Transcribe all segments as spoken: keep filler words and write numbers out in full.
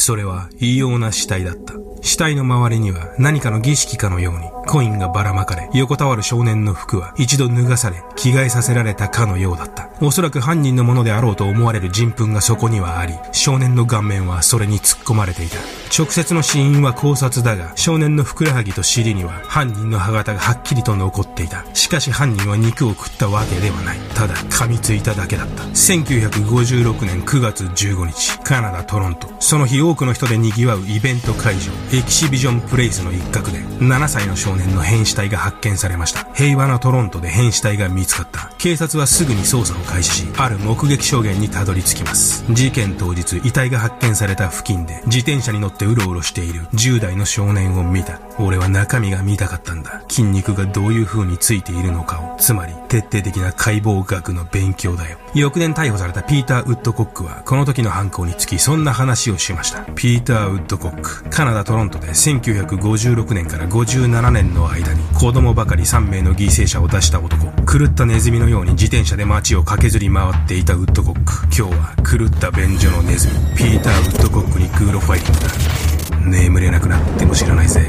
それは異様な死体だった。死体の周りには何かの儀式かのようにコインがばらまかれ、横たわる少年の服は一度脱がされ着替えさせられたかのようだった。おそらく犯人のものであろうと思われる人糞がそこにはあり、少年の顔面はそれに突っ込まれていた。直接の死因は絞殺だが、少年のふくらはぎと尻には犯人の歯型がはっきりと残っていた。しかし犯人は肉を食ったわけではない。ただ噛みついただけだった。せんきゅうひゃくごじゅうろくねんくがつじゅうごにち、カナダ・トロント。その日多くの人で賑わうイベント会場、エキシビジョンプレイスの一角でななさいの少年の変死体が発見されました。平和なトロントで変死体が見つかった。警察はすぐに捜査を開始し、ある目撃証言にたどり着きます。事件当日、遺体が発見された付近で自転車に乗ってうろうろしているじゅうだいの少年を見た。俺は中身が見たかったんだ。筋肉がどういう風についているのかを、つまり徹底的な解剖学の勉強だよ。翌年逮捕されたピーター・ウッドコックはこの時の犯行につきそんな話をしました。ピーター・ウッドコック、カナダ・トロントでせんきゅうひゃくごじゅうろくねんからごじゅうななねんの間に子供ばかりさんめいの犠牲者を出した男。狂ったネズミのように自転車で街を駆けずり回っていたウッドコック。今日は狂った便所のネズミピーター・ウッドコックにグロファイリングだ。眠れなくなっても知らないぜ。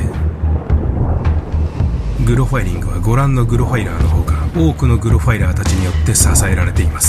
グロファイリングはご覧のグロファイラーのほか多くのグロファイラーたちによって支えられています。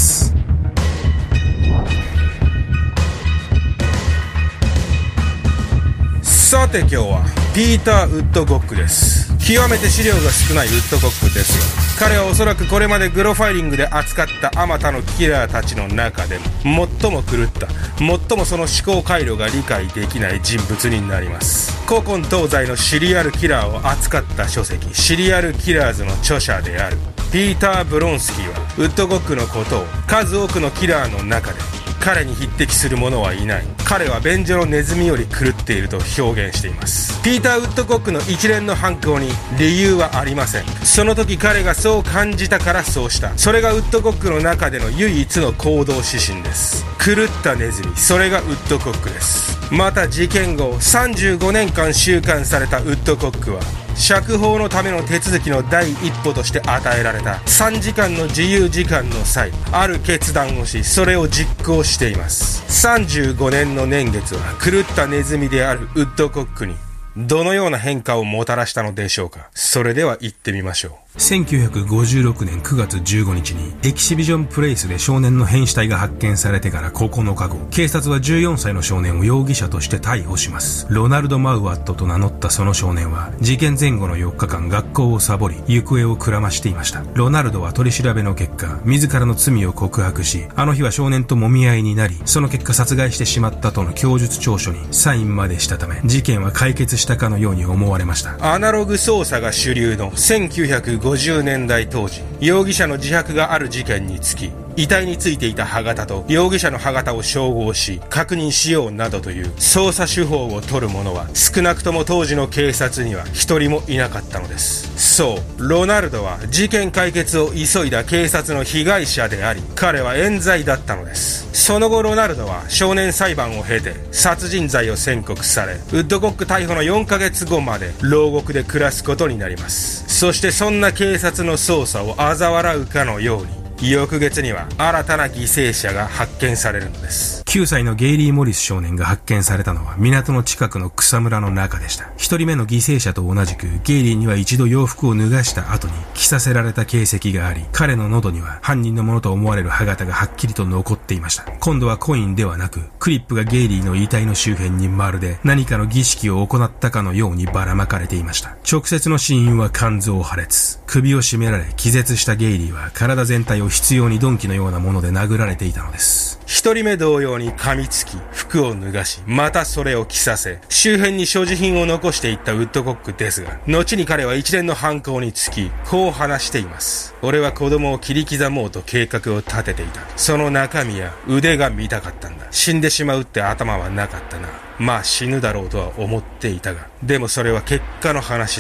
さて今日はピーター・ウッドコックです。極めて資料が少ないウッドコックですが、彼はおそらくこれまでグロファイリングで扱ったあまたのキラーたちの中でも最も狂った、最もその思考回路が理解できない人物になります。古今東西のシリアルキラーを扱った書籍、シリアルキラーズの著者であるピーター・ブロンスキーはウッドコックのことを数多くのキラーの中で彼に匹敵する者はいない、彼は便所のネズミより狂っていると表現しています。ピーター・ウッドコックの一連の犯行に理由はありません。その時彼がそう感じたからそうした。それがウッドコックの中での唯一の行動指針です。狂ったネズミ、それがウッドコックです。また事件後さんじゅうごねんかん収監されたウッドコックは釈放のための手続きの第一歩として与えられたさんじかんの自由時間の際、ある決断をしそれを実行しています。さんじゅうごねんの年月は狂ったネズミであるウッドコックにどのような変化をもたらしたのでしょうか。それでは行ってみましょう。せんきゅうひゃくごじゅうろくねんくがつじゅうごにちにエキシビジョンプレイスで少年の変死体が発見されてからここのかご、警察はじゅうよんさいの少年を容疑者として逮捕します。ロナルド・マウアットと名乗ったその少年は事件前後のよっかかん学校をサボり行方をくらましていました。ロナルドは取り調べの結果自らの罪を告白し、あの日は少年と揉み合いになりその結果殺害してしまったとの供述調書にサインまでしたため事件は解決したかのように思われました。アナログ捜査が主流のせんきゅうひゃくごじゅうねんだい当時、容疑者の自白がある事件につき遺体についていた歯型と容疑者の歯型を照合し確認しようなどという捜査手法を取る者は少なくとも当時の警察には一人もいなかったのです。そう、ロナルドは事件解決を急いだ警察の被害者であり彼は冤罪だったのです。その後ロナルドは少年裁判を経て殺人罪を宣告され、ウッドコック逮捕のよんかげつごまで牢獄で暮らすことになります。そしてそんな警察の捜査を嘲笑うかのように翌月には新たな犠牲者が発見されるのです。きゅうさいのゲイリー・モリス少年が発見されたのは港の近くの草むらの中でした。一人目の犠牲者と同じくゲイリーには一度洋服を脱がした後に着させられた形跡があり、彼の喉には犯人のものと思われる歯型がはっきりと残っていました。今度はコインではなくクリップがゲイリーの遺体の周辺にまるで何かの儀式を行ったかのようにばらまかれていました。直接の死因は肝臓破裂。首を絞められ気絶したゲイリーは体全体を執拗に鈍器のようなもので殴られていたのです。一人目同様に噛みつき服を脱がしまたそれを着させ周辺に所持品を残していったウッドコックですが、後に彼は一連の犯行につきこう話しています。俺は子供を切り刻もうと計画を立てていた。その中身や腕が見たかったんだ。死んでしまうって頭はなかったな。まあ死ぬだろうとは思っていたが、でもそれは結果の話だよ。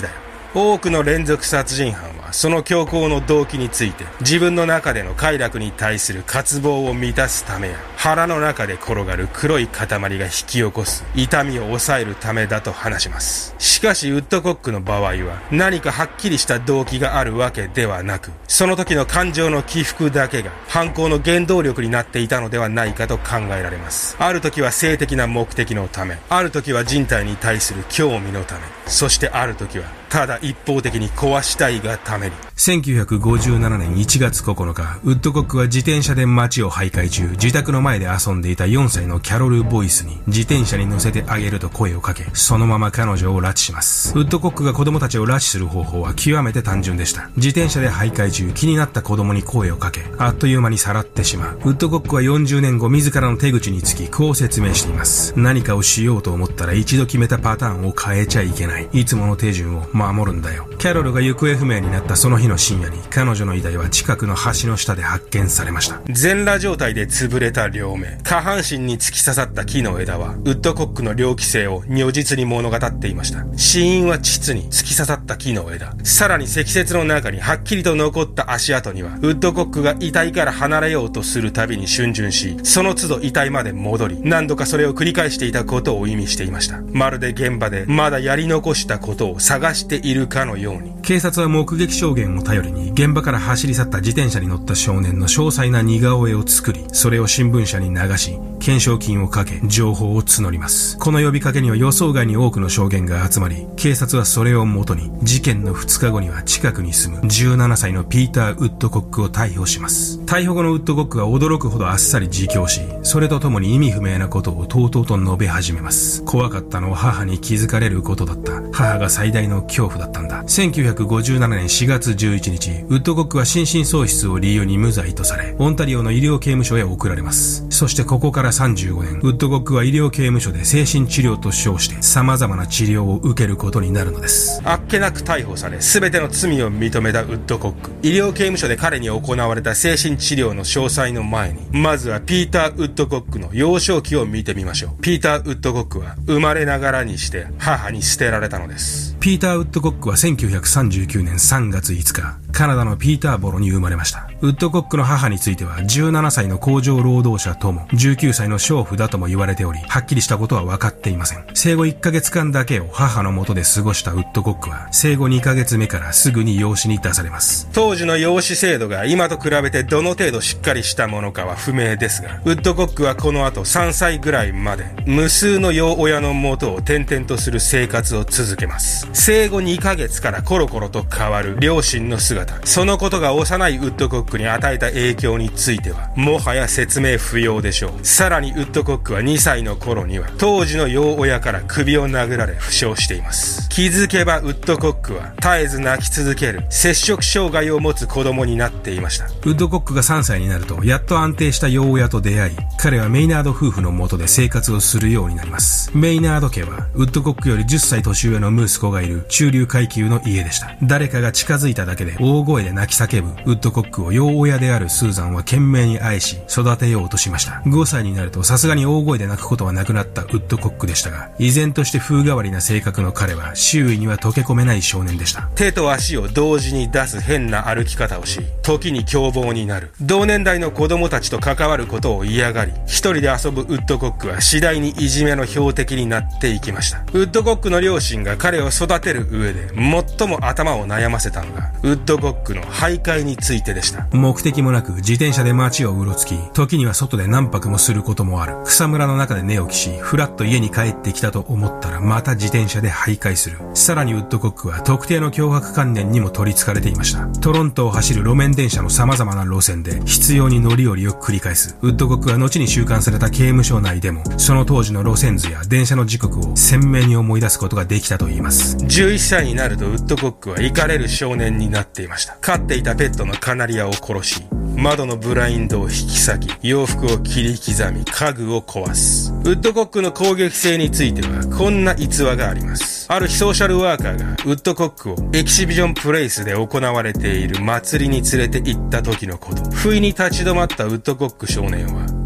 多くの連続殺人犯はその凶行の動機について自分の中での快楽に対する渇望を満たすためや腹の中で転がる黒い塊が引き起こす痛みを抑えるためだと話します。しかしウッドコックの場合は何かはっきりした動機があるわけではなく、その時の感情の起伏だけが犯行の原動力になっていたのではないかと考えられます。ある時は性的な目的のため、ある時は人体に対する興味のため、そしてある時はただ一方的に壊したいがために。 せんきゅうひゃくごじゅうななねんいちがつここのか、ウッドコックは自転車で街を徘徊中、自宅の前で遊んでいたよんさいのキャロル・ボイスに自転車に乗せてあげると声をかけ、そのまま彼女を拉致します。ウッドコックが子供たちを拉致する方法は極めて単純でした。自転車で徘徊中、気になった子供に声をかけ、あっという間にさらってしまう。ウッドコックはよんじゅうねんご自らの手口につきこう説明しています。何かをしようと思ったら一度決めたパターンを変えちゃいけない。いつもの手順を守るんだよ。キャロルが行方不明になったその日の深夜に、彼女の遺体は近くの橋の下で発見されました。 全裸状態で潰れた両目、下半身に突き刺さった木の枝はウッドコックの猟奇性を如実に物語っていました。死因は膣に突き刺さった木の枝、さらに積雪の中にはっきりと残った足跡にはウッドコックが遺体から離れようとするたびに逡巡し、その都度遺体まで戻り、何度かそれを繰り返していたことを意味していました。まるで現場でまだやり残したことを探しているかのように。 警察は目撃証言を頼りに現場から走り去った自転車に乗った少年の詳細な似顔絵を作り、それを新聞社に流し、懸賞金をかけ情報を募ります。この呼びかけには予想外に多くの証言が集まり、警察はそれをもとに事件のふつかごには近くに住むじゅうななさいのピーター・ウッドコックを逮捕します。逮捕後のウッドコックは驚くほどあっさり自供し、それとともに意味不明なことをとうとうと述べ始めます。怖かったのは母に気づかれることだった。母が最大の恐怖だったんだ。せんきゅうひゃくごじゅうななねんしがつじゅういちにち、ウッドコックは心神喪失を理由に無罪とされ、オンタリオの医療刑務所へ送られます。そしてここからさんじゅうごねん、ウッドコックは医療刑務所で精神治療と称して様々な治療を受けることになるのです。 あっけなく逮捕され、全ての罪を認めたウッドコック。医療刑務所で彼に行われた精神治療の詳細の前に、まずはピーター・ウッドコックの幼少期を見てみましょう。ピーター・ウッドコックは生まれながらにして母に捨てられたのです。 ピーター・ウッドコックはせんきゅうひゃくさんじゅうきゅうねんさんがついつか、カナダのピーターボロに生まれました。ウッドコックの母についてはじゅうななさいの工場労働者ともじゅうきゅうさいの娼婦だとも言われており、はっきりしたことは分かっていません。生後いっかげつかんだけを母の元で過ごしたウッドコックは生後にかげつめからすぐに養子に出されます。 当時の養子制度が今と比べてどの程度しっかりしたものかは不明ですが、ウッドコックはこの後さんさいぐらいまで無数の養親の元を転々とする生活を続けます。生後にかげつからコロコロと変わる両親の姿、そのことが幼いウッドコックに与えた影響についてはもはや説明不要でしょう。さらにウッドコックはにさいの頃には当時の養親から首を殴られ負傷しています。気づけばウッドコックは絶えず泣き続ける摂食障害を持つ子供になっていました。 ウッドコックがさんさいになるとやっと安定した養親と出会い、彼はメイナード夫婦の下で生活をするようになります。メイナード家はウッドコックよりじゅっさい年上の息子がいる中流階級の家でした。誰かが近づいただけで大声で泣き叫ぶウッドコックを養親であるスーザンは懸命に愛し育てようとしました。ごさいになるとさすがに大声で泣くことはなくなったウッドコックでしたが、依然として風変わりな性格の彼は周囲には溶け込めない少年でした。 手と足を同時に出す変な歩き方をし、時に凶暴になる。同年代の子供たちと関わることを嫌がり、一人で遊ぶウッドコックは次第にいじめの標的になっていきました。ウッドコックの両親が彼を育てる上で最も頭を悩ませたのがウッドコックの徘徊についてでした。 目的もなく自転車で街をうろつき、時には外で何泊もすることもある。草むらの中で寝起きし、ふらっと家に帰ってきたと思ったらまた自転車で徘徊する。さらにウッドコックは特定の脅迫観念にも取り憑かれていました。トロントを走る路面電車の様々な路線で必要に乗り降りを繰り返す。ウッドコックは後に収監された刑務所内でもその当時の路線図や電車の時刻を鮮明に思い出すことができたといいます。 じゅういっさいになるとウッドコックはイカれる少年になっていました。飼っていたペットのカナリアを殺し、窓のブラインドを引き裂き、洋服を切り刻み、家具を壊す。ウッドコックの攻撃性についてはこんな逸話があります。ある日ソーシャルワーカーがウッドコックをエキシビジョンプレイスで行われている祭りに連れて行った時のこと。不意に立ち止まったウッドコック少年は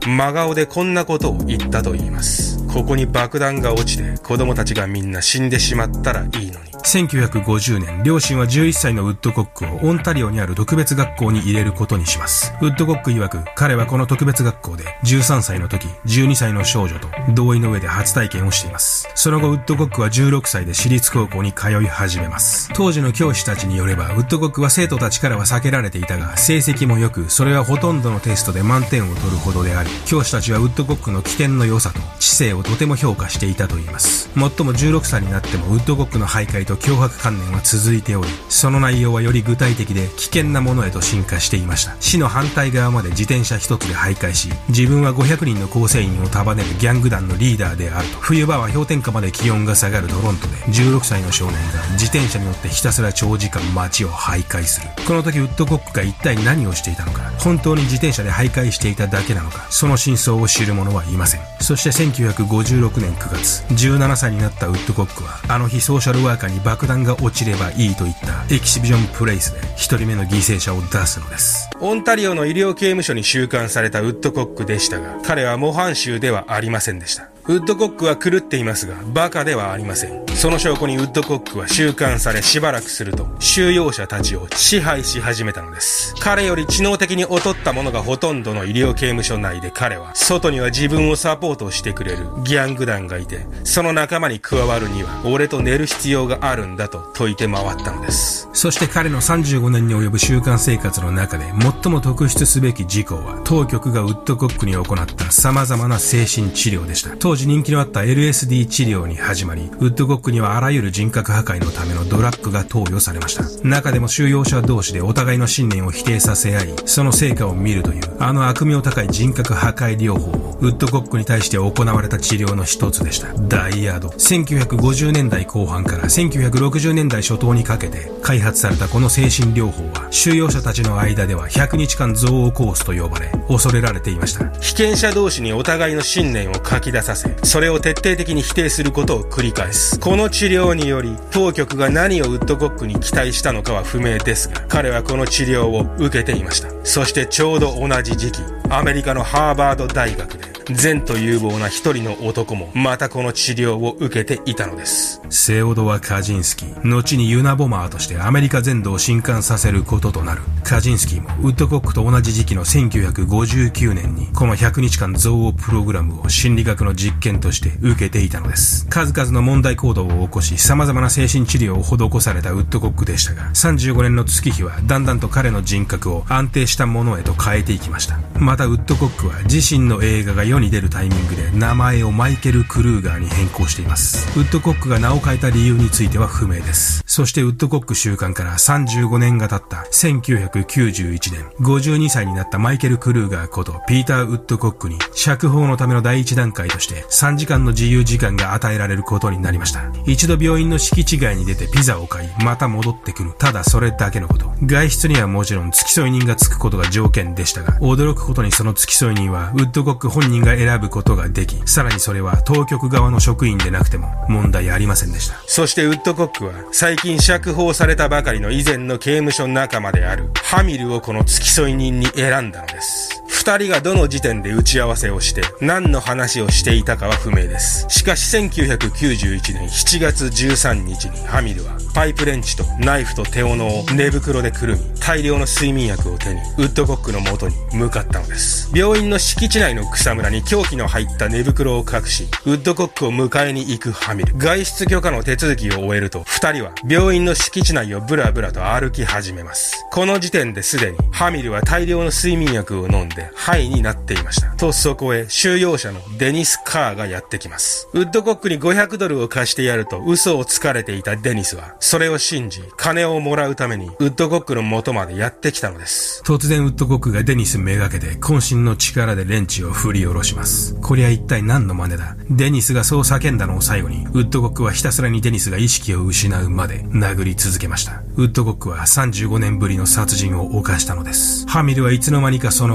真顔でこんなことを言ったと言います。ここに爆弾が落ちて子供たちがみんな死んでしまったらいいのに。 せんきゅうひゃくごじゅうねん、両親はじゅういっさいのウッドコックをオンタリオにある特別学校に入れることにします。ウッドコック曰く、彼はこの特別学校でじゅうさんさいの時、じゅうにさいの少女と同意の上で初体験をしています。その後、ウッドコックはじゅうろくさいで私立高校に通い始めます。当時の教師たちによれば、ウッドコックは生徒たちからは避けられていたが、成績も良く、それはほとんどのテストで満点を取るほどであり、教師たちはウッドコックの起点の良さと知性をとても評価していたといいます。もっともじゅうろくさいになってもウッドコックの徘徊と脅迫観念は続いており、その内容はより具体的で危険なものへと進化していました。死の反対側まで自転車一つで徘徊し、自分はごひゃくにんの構成員を束ねるギャング団のリーダーであると。冬場は氷点下まで気温が下がるトロントで、じゅうろくさいの少年が自転車に乗ってひたすら長時間街を徘徊する。この時ウッドコックが一体何をしていたのか、本当に自転車で徘徊していただけなのか、その真相を知る者はいません。そしてせんきゅうひゃくごじゅうろくねんくがつ、じゅうななさいになったウッドコックは、あの日ソーシャルワーカーに爆弾が落ちればいいと言ったエキシビジョンプレイスで一人目の犠牲者を出すのです。 オンタリオの医療刑務所に収監されたウッドコックでしたが、彼は模範囚ではありませんでした。ウッドコックは狂っていますが、バカではありません。その証拠にウッドコックは収監されしばらくすると、収容者たちを支配し始めたのです。彼より知能的に劣ったものがほとんどの医療刑務所内で、彼は、外には自分をサポートしてくれるギャング団がいて、その仲間に加わるには、俺と寝る必要があるんだと説いて回ったのです。 そして彼のさんじゅうごねんに及ぶ収監生活の中で最も特筆すべき事項は、当局がウッドコックに行った様々な精神治療でした。当時人気のあった エルエスディー 治療に始まり、ウッドコックにはあらゆる人格破壊のためのドラッグが投与されました。中でも収容者同士でお互いの信念を否定させ合い、その成果を見るという、あの悪名高い人格破壊療法も、ウッドコックに対して行われた治療の一つでした。ダイヤード。せんきゅうひゃくごじゅうねんだいこう半からせんきゅうひゃくろくじゅうねんだい初頭にかけて開発されたこの精神療法は、収容者たちの間ではひゃくにちかん憎悪コースと呼ばれ、恐れられていました。 被験者同士にお互いの信念を書き出させ、それを徹底的に否定することを繰り返す。この治療により、当局が何をウッドコックに期待したのかは不明ですが、彼はこの治療を受けていました。そしてちょうど同じ時期、アメリカのハーバード大学で、善と有望な一人の男もまたこの治療を受けていたのです。 セオドア・カジンスキー、後にユナボマーとしてアメリカ全土を震撼させることとなる。カジンスキーもウッドコックと同じ時期のせんきゅうひゃくごじゅうきゅうねんにこのひゃくにちかん憎悪プログラムを心理学の実験として受けていたのです。数々の問題行動を起こし、様々な精神治療を施されたウッドコックでしたが、さんじゅうごねんの月日はだんだんと彼の人格を安定したものへと変えていきました。またウッドコックは自身の映画が世に出るタイミングで名前をマイケル・クルーガーに変更しています。ウッドコックが名を変えた理由については不明です。そしてウッドコック収監からさんじゅうごねんが経ったせんきゅうひゃくきゅうじゅういちねん、ごじゅうにさいになったマイケル・クルーガーことピーター・ウッドコックに釈放のための第一段階としてさんじかんの自由時間が与えられることになりました。一度病院の敷地外に出てピザを買い、また戻ってくる。ただそれだけのこと。外出にはもちろん付き添い人がつくことが条件でしたが、驚くことにその付き添い人はウッドコック本人が選ぶことができ、さらにそれは当局側の職員でなくても問題ありませんでした。 そしてウッドコックは最近釈放されたばかりの以前の刑務所仲間であるハミルをこの付き添い人に選んだのです。二人がどの時点で打ち合わせをして何の話をしていたかは不明です。しかしせんきゅうひゃくきゅうじゅういちねんしちがつじゅうさんにちにハミルはパイプレンチとナイフと手斧を寝袋でくるみ、大量の睡眠薬を手にウッドコックの元に向かったのです。病院の敷地内の草むらに凶器の入った寝袋を隠し、ウッドコックを迎えに行くハミル。外出許可の手続きを終えると、二人は病院の敷地内をブラブラと歩き始めます。この時点ですでにハミルは大量の睡眠薬を飲んでハイになっていました。とそこへ収容者のデニス・カーがやってきます。ウッドコックにごひゃくドルを貸してやると嘘をつかれていたデニスは、それを信じ金をもらうためにウッドコックの元までやってきたのです。 突然ウッドコックがデニスめがけて渾身の力でレンチを振り下ろします。こりゃ一体何の真似だ。デニスがそう叫んだのを最後に、ウッドコックはひたすらにデニスが意識を失うまで殴り続けました。ウッドコックはさんじゅうごねんぶりの殺人を犯したのです。ハミルはいつの間にかその場で他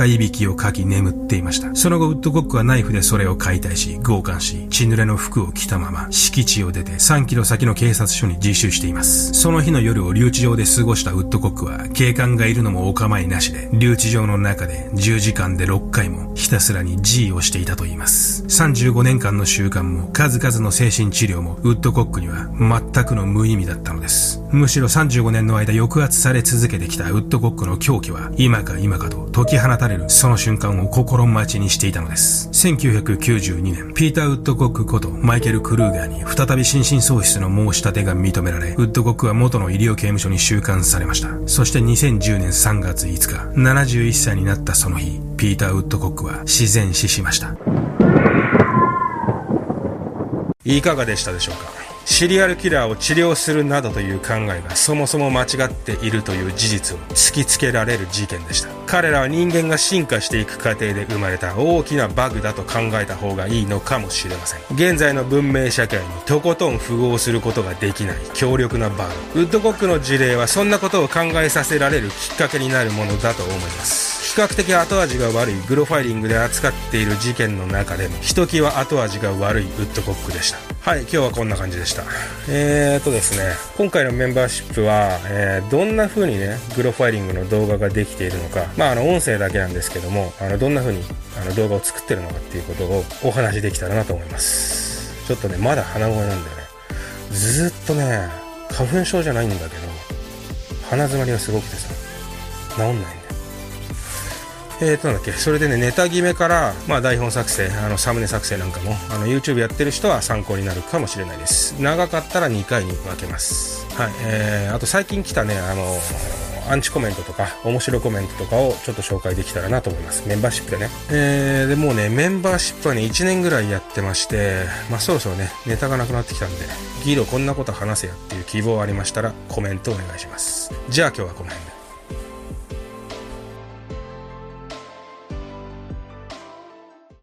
赤いびきをかき眠っていました。その後ウッドコックはナイフでそれを解体し強姦し、血濡れの服を着たまま敷地を出てさんキロ先の警察署に自首しています。その日の夜を留置場で過ごしたウッドコックは警官がいるのもお構いなしで、留置場の中でじゅうじかんでろっかいもひたすらに G をしていたといいます。さんじゅうごねんかんの習慣も数々の精神治療もウッドコックには全くの無意味だったのです。むしろさんじゅうごねんの間抑圧され続けてきたウッドコックの狂気は今か今かと解き放たれるその瞬間を心待ちにしていたのです。せんきゅうひゃくきゅうじゅうにねん、ピーター・ウッドコックことマイケル・クルーガーに再び心神喪失の申し立てが認められ、ウッドコックは元の医療刑務所に収監されました。そしてにせんじゅうねんさんがついつか、ななじゅういっさいになったその日、ピーター・ウッドコックは自然死しました。 いかがでしたでしょうか。シリアルキラーを治療するなどという考えがそもそも間違っているという事実を突きつけられる事件でした。彼らは人間が進化していく過程で生まれた大きなバグだと考えた方がいいのかもしれません。現在の文明社会にとことん符合することができない強力なバグ。ウッドコックの事例はそんなことを考えさせられるきっかけになるものだと思います。比較的後味が悪いグロファイリングで扱っている事件の中でもひときわ後味が悪いウッドコックでした。はい、今日はこんな感じでした。えーとですね、今回のメンバーシップは、えー、どんな風にねグロファイリングの動画ができているのか、まああの音声だけなんですけども、あのどんな風にあの動画を作ってるのかっていうことをお話しできたらなと思います。ちょっとねまだ鼻声なんだよね。ずーっとね花粉症じゃないんだけど鼻詰まりがすごくてさ治んないんだよ。えーとなんだっけ、それでねネタ決めから、まあ、台本作成、あのサムネ作成なんかもあの YouTube やってる人は参考になるかもしれないです。長かったらにかいに分けます。はい、えー、あと最近来たねあのアンチコメントとか面白コメントとかをちょっと紹介できたらなと思います。メンバーシップでね。えー、でもうねメンバーシップはねいちねんぐらいやってまして、まあそろそろねネタがなくなってきたんで、ギロこんなこと話せやっていう希望ありましたらコメントお願いします。じゃあ今日はこの辺で。